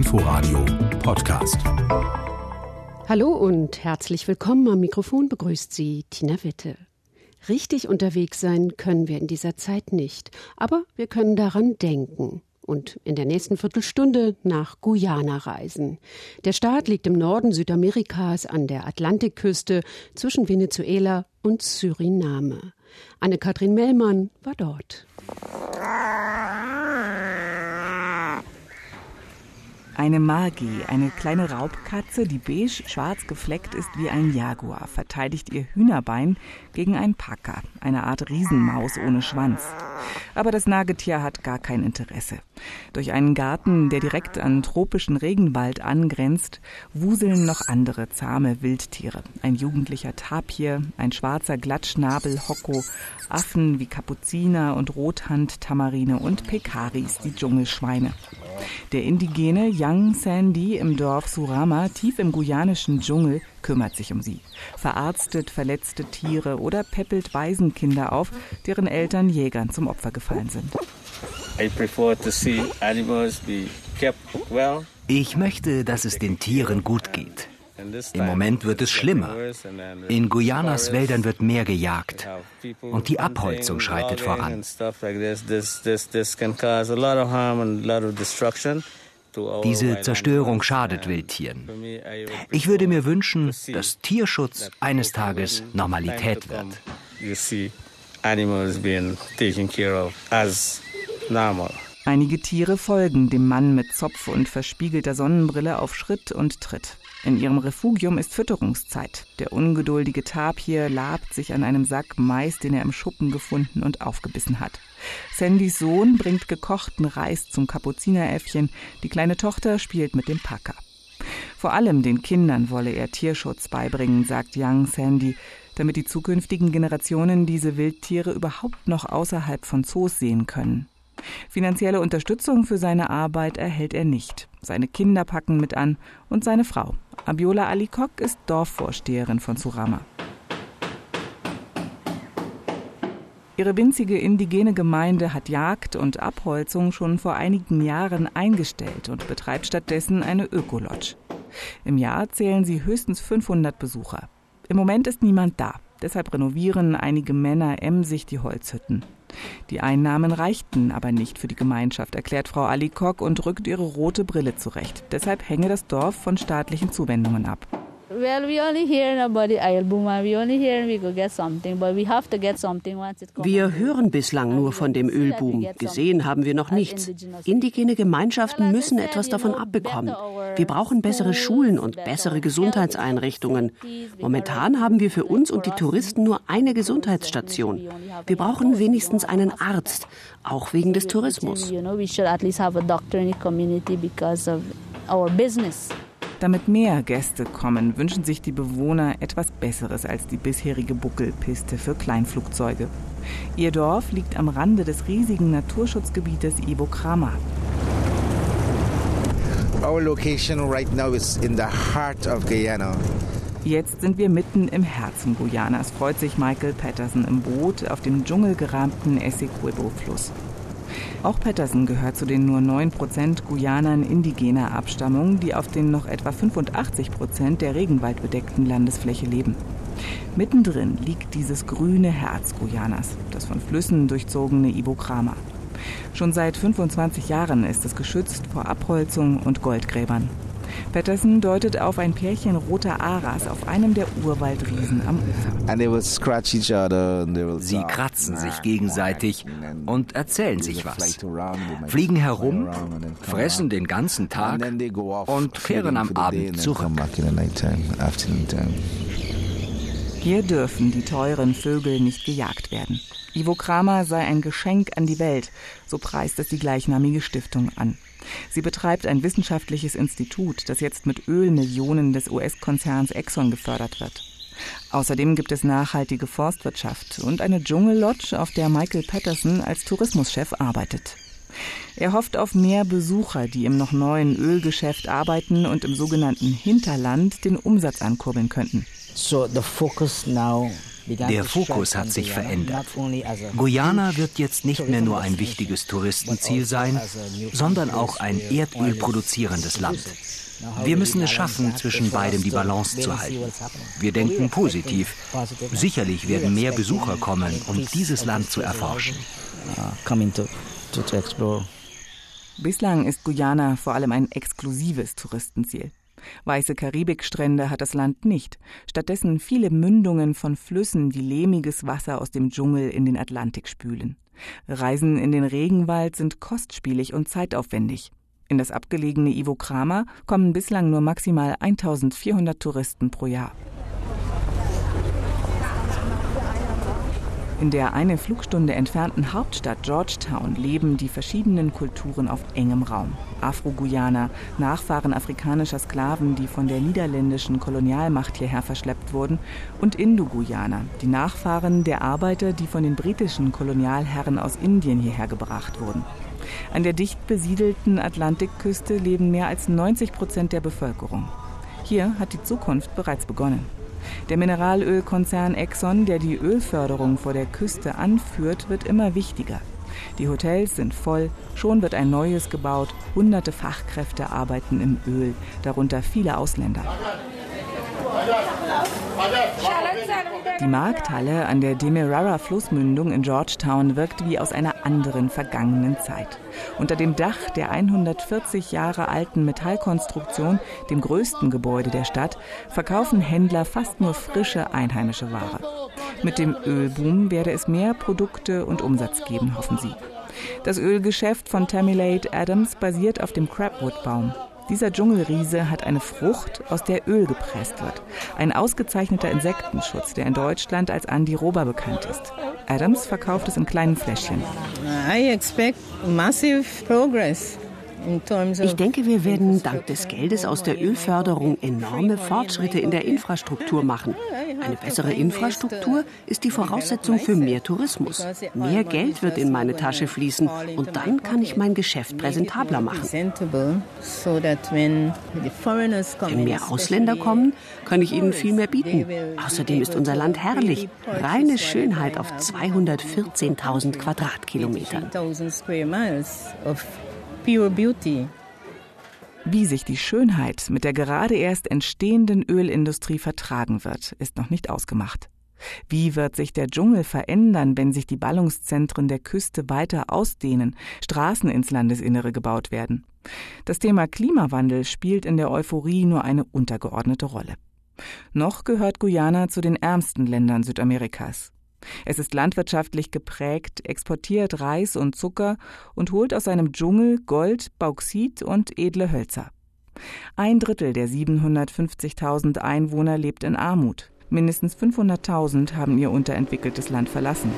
Inforadio Podcast. Hallo und herzlich willkommen. Am Mikrofon begrüßt Sie Tina Witte. Richtig unterwegs sein können wir in dieser Zeit nicht, aber wir können daran denken und in der nächsten Viertelstunde nach Guyana reisen. Der Staat liegt im Norden Südamerikas an der Atlantikküste zwischen Venezuela und Suriname. Anne-Kathrin Mellmann war dort. Eine Margie, eine kleine Raubkatze, die beige-schwarz gefleckt ist wie ein Jaguar, verteidigt ihr Hühnerbein gegen einen Paca, eine Art Riesenmaus ohne Schwanz. Aber das Nagetier hat gar kein Interesse. Durch einen Garten, der direkt an tropischen Regenwald angrenzt, wuseln noch andere zahme Wildtiere. Ein jugendlicher Tapir, ein schwarzer Glattschnabel-Hocko, Affen wie Kapuziner und Rothand-Tamarine und Pekaris, die Dschungelschweine. Der indigene Young Sandy im Dorf Surama, tief im guyanischen Dschungel, kümmert sich um sie. Verarztet verletzte Tiere oder päppelt Waisenkinder auf, deren Eltern Jägern zum Opfer gefallen sind. Ich möchte, dass es den Tieren gut geht. Im Moment wird es schlimmer. In Guyanas Wäldern wird mehr gejagt und die Abholzung schreitet voran. Diese Zerstörung schadet Wildtieren. Ich würde mir wünschen, dass Tierschutz eines Tages Normalität wird. Einige Tiere folgen dem Mann mit Zopf und verspiegelter Sonnenbrille auf Schritt und Tritt. In ihrem Refugium ist Fütterungszeit. Der ungeduldige Tapir labt sich an einem Sack Mais, den er im Schuppen gefunden und aufgebissen hat. Sandys Sohn bringt gekochten Reis zum Kapuzineräffchen. Die kleine Tochter spielt mit dem Paca. Vor allem den Kindern wolle er Tierschutz beibringen, sagt Young Sandy, damit die zukünftigen Generationen diese Wildtiere überhaupt noch außerhalb von Zoos sehen können. Finanzielle Unterstützung für seine Arbeit erhält er nicht. Seine Kinder packen mit an und seine Frau. Abiola Alikok ist Dorfvorsteherin von Surama. Ihre winzige indigene Gemeinde hat Jagd und Abholzung schon vor einigen Jahren eingestellt und betreibt stattdessen eine Ökolodge. Im Jahr zählen sie höchstens 500 Besucher. Im Moment ist niemand da. Deshalb renovieren einige Männer emsig die Holzhütten. Die Einnahmen reichten aber nicht für die Gemeinschaft, erklärt Frau Alikok und rückt ihre rote Brille zurecht. Deshalb hänge das Dorf von staatlichen Zuwendungen ab. Wir hören bislang nur von dem Ölboom. Gesehen haben wir noch nichts. Indigene Gemeinschaften müssen etwas davon abbekommen. Wir brauchen bessere Schulen und bessere Gesundheitseinrichtungen. Momentan haben wir für uns und die Touristen nur eine Gesundheitsstation. Wir brauchen wenigstens einen Arzt, auch wegen des Tourismus. Damit mehr Gäste kommen, wünschen sich die Bewohner etwas Besseres als die bisherige Buckelpiste für Kleinflugzeuge. Ihr Dorf liegt am Rande des riesigen Naturschutzgebietes Ibokrama. Our location right now is in the heart of Guyana. Jetzt sind wir mitten im Herzen Guyanas, freut sich Michael Patterson im Boot auf dem dschungelgerahmten Essequibo-Fluss. Auch Patterson gehört zu den nur 9% Guyanern indigener Abstammung, die auf den noch etwa 85% der regenwaldbedeckten Landesfläche leben. Mittendrin liegt dieses grüne Herz Guyanas, das von Flüssen durchzogene Ibokrama. Schon seit 25 Jahren ist es geschützt vor Abholzung und Goldgräbern. Patterson deutet auf ein Pärchen roter Aras auf einem der Urwaldriesen am Ufer. Sie kratzen sich gegenseitig und erzählen sich was. Fliegen herum, fressen den ganzen Tag und kehren am Abend zurück. Hier dürfen die teuren Vögel nicht gejagt werden. Ibokrama sei ein Geschenk an die Welt, so preist es die gleichnamige Stiftung an. Sie betreibt ein wissenschaftliches Institut, das jetzt mit Ölmillionen des US-Konzerns Exxon gefördert wird. Außerdem gibt es nachhaltige Forstwirtschaft und eine Dschungellodge, auf der Michael Patterson als Tourismuschef arbeitet. Er hofft auf mehr Besucher, die im noch neuen Ölgeschäft arbeiten und im sogenannten Hinterland den Umsatz ankurbeln könnten. So the focus now Der Fokus hat sich verändert. Guyana wird jetzt nicht mehr nur ein wichtiges Touristenziel sein, sondern auch ein Erdöl produzierendes Land. Wir müssen es schaffen, zwischen beidem die Balance zu halten. Wir denken positiv. Sicherlich werden mehr Besucher kommen, um dieses Land zu erforschen. Bislang ist Guyana vor allem ein exklusives Touristenziel. Weiße Karibikstrände hat das Land nicht. Stattdessen viele Mündungen von Flüssen, die lehmiges Wasser aus dem Dschungel in den Atlantik spülen. Reisen in den Regenwald sind kostspielig und zeitaufwendig. In das abgelegene Iwo Krama kommen bislang nur maximal 1400 Touristen pro Jahr. In der eine Flugstunde entfernten Hauptstadt Georgetown leben die verschiedenen Kulturen auf engem Raum. Afro-Guyaner, Nachfahren afrikanischer Sklaven, die von der niederländischen Kolonialmacht hierher verschleppt wurden, und Indo-Guyaner, die Nachfahren der Arbeiter, die von den britischen Kolonialherren aus Indien hierher gebracht wurden. An der dicht besiedelten Atlantikküste leben mehr als 90% der Bevölkerung. Hier hat die Zukunft bereits begonnen. Der Mineralölkonzern Exxon, der die Ölförderung vor der Küste anführt, wird immer wichtiger. Die Hotels sind voll, schon wird ein neues gebaut, hunderte Fachkräfte arbeiten im Öl, darunter viele Ausländer. Die Markthalle an der Demerara-Flussmündung in Georgetown wirkt wie aus einer anderen vergangenen Zeit. Unter dem Dach der 140 Jahre alten Metallkonstruktion, dem größten Gebäude der Stadt, verkaufen Händler fast nur frische einheimische Ware. Mit dem Ölboom werde es mehr Produkte und Umsatz geben, hoffen sie. Das Ölgeschäft von Tamilade Adams basiert auf dem Crabwood-Baum. Dieser Dschungelriese hat eine Frucht, aus der Öl gepresst wird. Ein ausgezeichneter Insektenschutz, der in Deutschland als Andiroba bekannt ist. Adams verkauft es in kleinen Fläschchen. Ich denke, wir werden dank des Geldes aus der Ölförderung enorme Fortschritte in der Infrastruktur machen. Eine bessere Infrastruktur ist die Voraussetzung für mehr Tourismus. Mehr Geld wird in meine Tasche fließen und dann kann ich mein Geschäft präsentabler machen. Wenn mehr Ausländer kommen, kann ich ihnen viel mehr bieten. Außerdem ist unser Land herrlich. Reine Schönheit auf 214.000 Quadratkilometern. Pure Beauty. Wie sich die Schönheit mit der gerade erst entstehenden Ölindustrie vertragen wird, ist noch nicht ausgemacht. Wie wird sich der Dschungel verändern, wenn sich die Ballungszentren der Küste weiter ausdehnen, Straßen ins Landesinnere gebaut werden? Das Thema Klimawandel spielt in der Euphorie nur eine untergeordnete Rolle. Noch gehört Guyana zu den ärmsten Ländern Südamerikas. Es ist landwirtschaftlich geprägt, exportiert Reis und Zucker und holt aus seinem Dschungel Gold, Bauxit und edle Hölzer. 1/3 der 750.000 Einwohner lebt in Armut. Mindestens 500.000 haben ihr unterentwickeltes Land verlassen.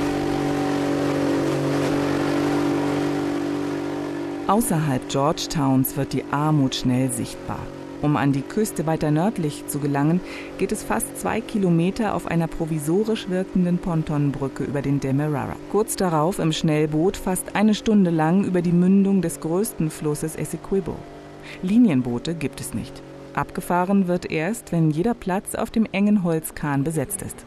Außerhalb Georgetowns wird die Armut schnell sichtbar. Um an die Küste weiter nördlich zu gelangen, geht es fast 2 Kilometer auf einer provisorisch wirkenden Pontonbrücke über den Demerara. Kurz darauf im Schnellboot fast eine Stunde lang über die Mündung des größten Flusses Essequibo. Linienboote gibt es nicht. Abgefahren wird erst, wenn jeder Platz auf dem engen Holzkahn besetzt ist.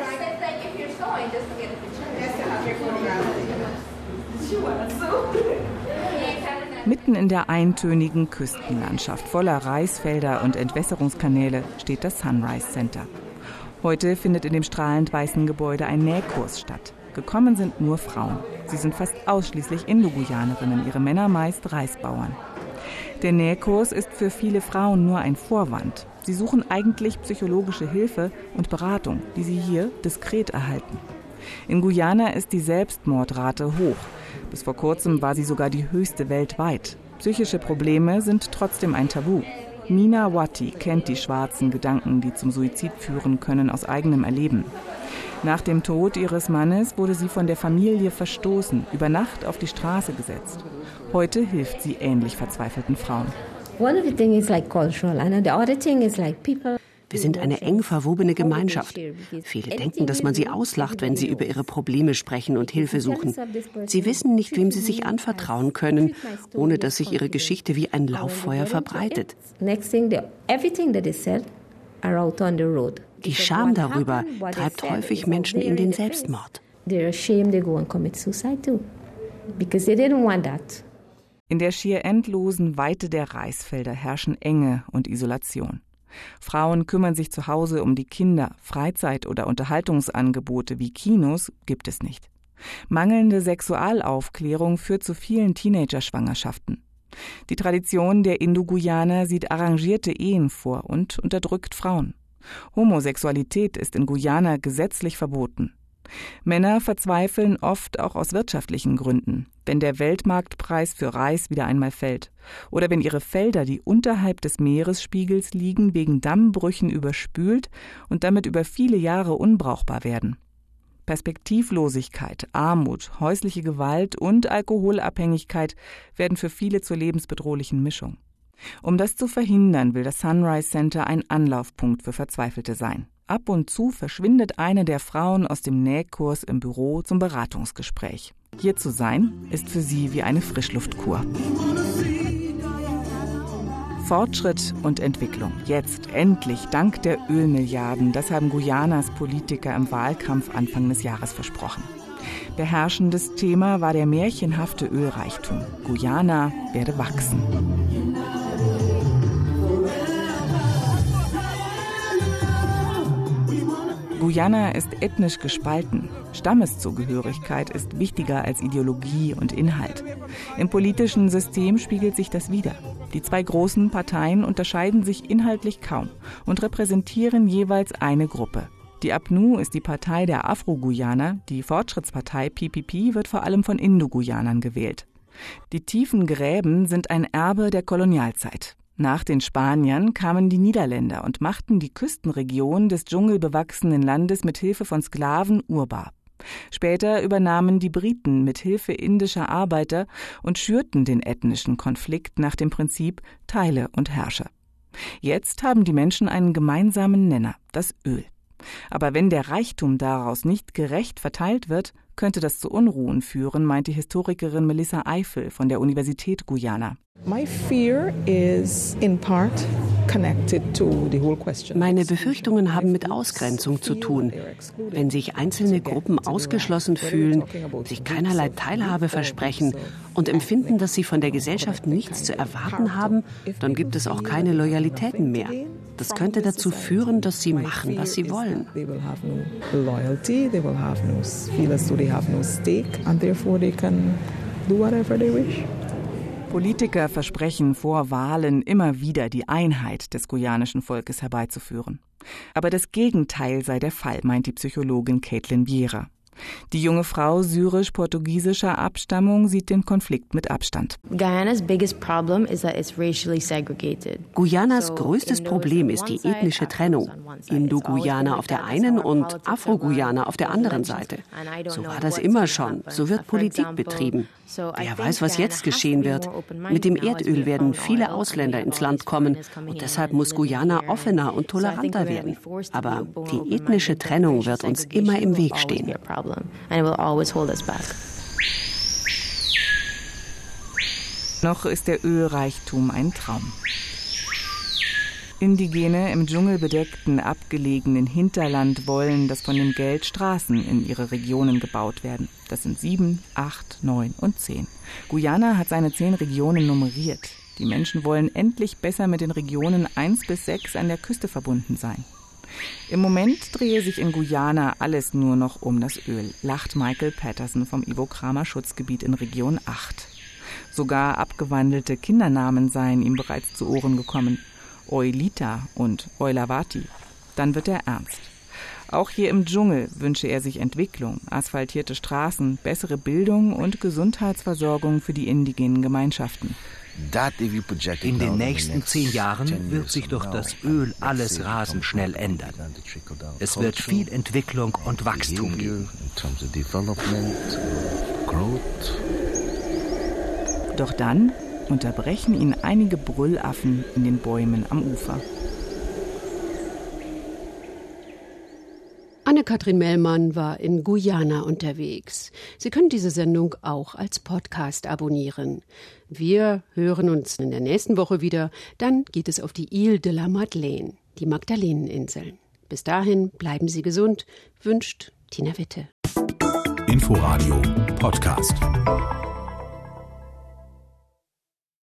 Mitten in der eintönigen Küstenlandschaft voller Reisfelder und Entwässerungskanäle steht das Sunrise Center. Heute findet in dem strahlend weißen Gebäude ein Nähkurs statt. Gekommen sind nur Frauen. Sie sind fast ausschließlich Indo-Guyanerinnen, ihre Männer meist Reisbauern. Der Nähkurs ist für viele Frauen nur ein Vorwand. Sie suchen eigentlich psychologische Hilfe und Beratung, die sie hier diskret erhalten. In Guyana ist die Selbstmordrate hoch. Bis vor kurzem war sie sogar die höchste weltweit. Psychische Probleme sind trotzdem ein Tabu. Mina Wati kennt die schwarzen Gedanken, die zum Suizid führen können, aus eigenem Erleben. Nach dem Tod ihres Mannes wurde sie von der Familie verstoßen, über Nacht auf die Straße gesetzt. Heute hilft sie ähnlich verzweifelten Frauen. Wir sind eine eng verwobene Gemeinschaft. Viele denken, dass man sie auslacht, wenn sie über ihre Probleme sprechen und Hilfe suchen. Sie wissen nicht, wem sie sich anvertrauen können, ohne dass sich ihre Geschichte wie ein Lauffeuer verbreitet. Everything that is said are out on the road. Die Scham darüber treibt häufig Menschen in den Selbstmord. In der schier endlosen Weite der Reisfelder herrschen Enge und Isolation. Frauen kümmern sich zu Hause um die Kinder, Freizeit- oder Unterhaltungsangebote wie Kinos gibt es nicht. Mangelnde Sexualaufklärung führt zu vielen Teenagerschwangerschaften. Die Tradition der Indo-Guyaner sieht arrangierte Ehen vor und unterdrückt Frauen. Homosexualität ist in Guyana gesetzlich verboten. Männer verzweifeln oft auch aus wirtschaftlichen Gründen, wenn der Weltmarktpreis für Reis wieder einmal fällt oder wenn ihre Felder, die unterhalb des Meeresspiegels liegen, wegen Dammbrüchen überspült und damit über viele Jahre unbrauchbar werden. Perspektivlosigkeit, Armut, häusliche Gewalt und Alkoholabhängigkeit werden für viele zur lebensbedrohlichen Mischung. Um das zu verhindern, will das Sunrise Center ein Anlaufpunkt für Verzweifelte sein. Ab und zu verschwindet eine der Frauen aus dem Nähkurs im Büro zum Beratungsgespräch. Hier zu sein, ist für sie wie eine Frischluftkur. Fortschritt und Entwicklung. Jetzt, endlich, dank der Ölmilliarden. Das haben Guyanas Politiker im Wahlkampf Anfang des Jahres versprochen. Beherrschendes Thema war der märchenhafte Ölreichtum. Guyana werde wachsen. Guyana ist ethnisch gespalten. Stammeszugehörigkeit ist wichtiger als Ideologie und Inhalt. Im politischen System spiegelt sich das wider. Die zwei großen Parteien unterscheiden sich inhaltlich kaum und repräsentieren jeweils eine Gruppe. Die APNU ist die Partei der Afro-Guyaner, die Fortschrittspartei PPP wird vor allem von Indo-Guyanern gewählt. Die tiefen Gräben sind ein Erbe der Kolonialzeit. Nach den Spaniern kamen die Niederländer und machten die Küstenregion des dschungelbewachsenen Landes mit Hilfe von Sklaven urbar. Später übernahmen die Briten mit Hilfe indischer Arbeiter und schürten den ethnischen Konflikt nach dem Prinzip Teile und herrsche. Jetzt haben die Menschen einen gemeinsamen Nenner, das Öl. Aber wenn der Reichtum daraus nicht gerecht verteilt wird, könnte das zu Unruhen führen, meint die Historikerin Melissa Eifel von der Universität Guyana. Meine Befürchtungen haben mit Ausgrenzung zu tun. Wenn sich einzelne Gruppen ausgeschlossen fühlen, sich keinerlei Teilhabe versprechen und empfinden, dass sie von der Gesellschaft nichts zu erwarten haben, dann gibt es auch keine Loyalitäten mehr. Das könnte dazu führen, dass sie machen, was sie wollen. Politiker versprechen vor Wahlen immer wieder, die Einheit des guyanischen Volkes herbeizuführen. Aber das Gegenteil sei der Fall, meint die Psychologin Caitlin Vieira. Die junge Frau syrisch-portugiesischer Abstammung sieht den Konflikt mit Abstand. Guyanas größtes Problem ist die ethnische Trennung. Indo-Guyaner auf der einen und Afro-Guyaner auf der anderen Seite. So war das immer schon. So wird Politik betrieben. Wer weiß, was jetzt geschehen wird. Mit dem Erdöl werden viele Ausländer ins Land kommen und deshalb muss Guyana offener und toleranter werden. Aber die ethnische Trennung wird uns immer im Weg stehen. Noch ist der Ölreichtum ein Traum. Indigene im dschungelbedeckten, abgelegenen Hinterland wollen, dass von dem Geld Straßen in ihre Regionen gebaut werden. Das sind 7, 8, 9 und 10. Guyana hat seine 10 Regionen nummeriert. Die Menschen wollen endlich besser mit den Regionen 1 bis 6 an der Küste verbunden sein. Im Moment drehe sich in Guyana alles nur noch um das Öl, lacht Michael Patterson vom Iwo-Krama-Schutzgebiet in Region 8. Sogar abgewandelte Kindernamen seien ihm bereits zu Ohren gekommen. Oilita und Oilavati. Dann wird er ernst. Auch hier im Dschungel wünsche er sich Entwicklung, asphaltierte Straßen, bessere Bildung und Gesundheitsversorgung für die indigenen Gemeinschaften. In den nächsten 10 Jahren wird sich durch das Öl alles rasend schnell ändern. Es wird viel Entwicklung und Wachstum geben. Doch dann unterbrechen ihn einige Brüllaffen in den Bäumen am Ufer. Anne-Kathrin Mellmann war in Guyana unterwegs. Sie können diese Sendung auch als Podcast abonnieren. Wir hören uns in der nächsten Woche wieder. Dann geht es auf die Île de la Madeleine, die Magdaleneninseln. Bis dahin bleiben Sie gesund, wünscht Tina Witte. Inforadio Podcast.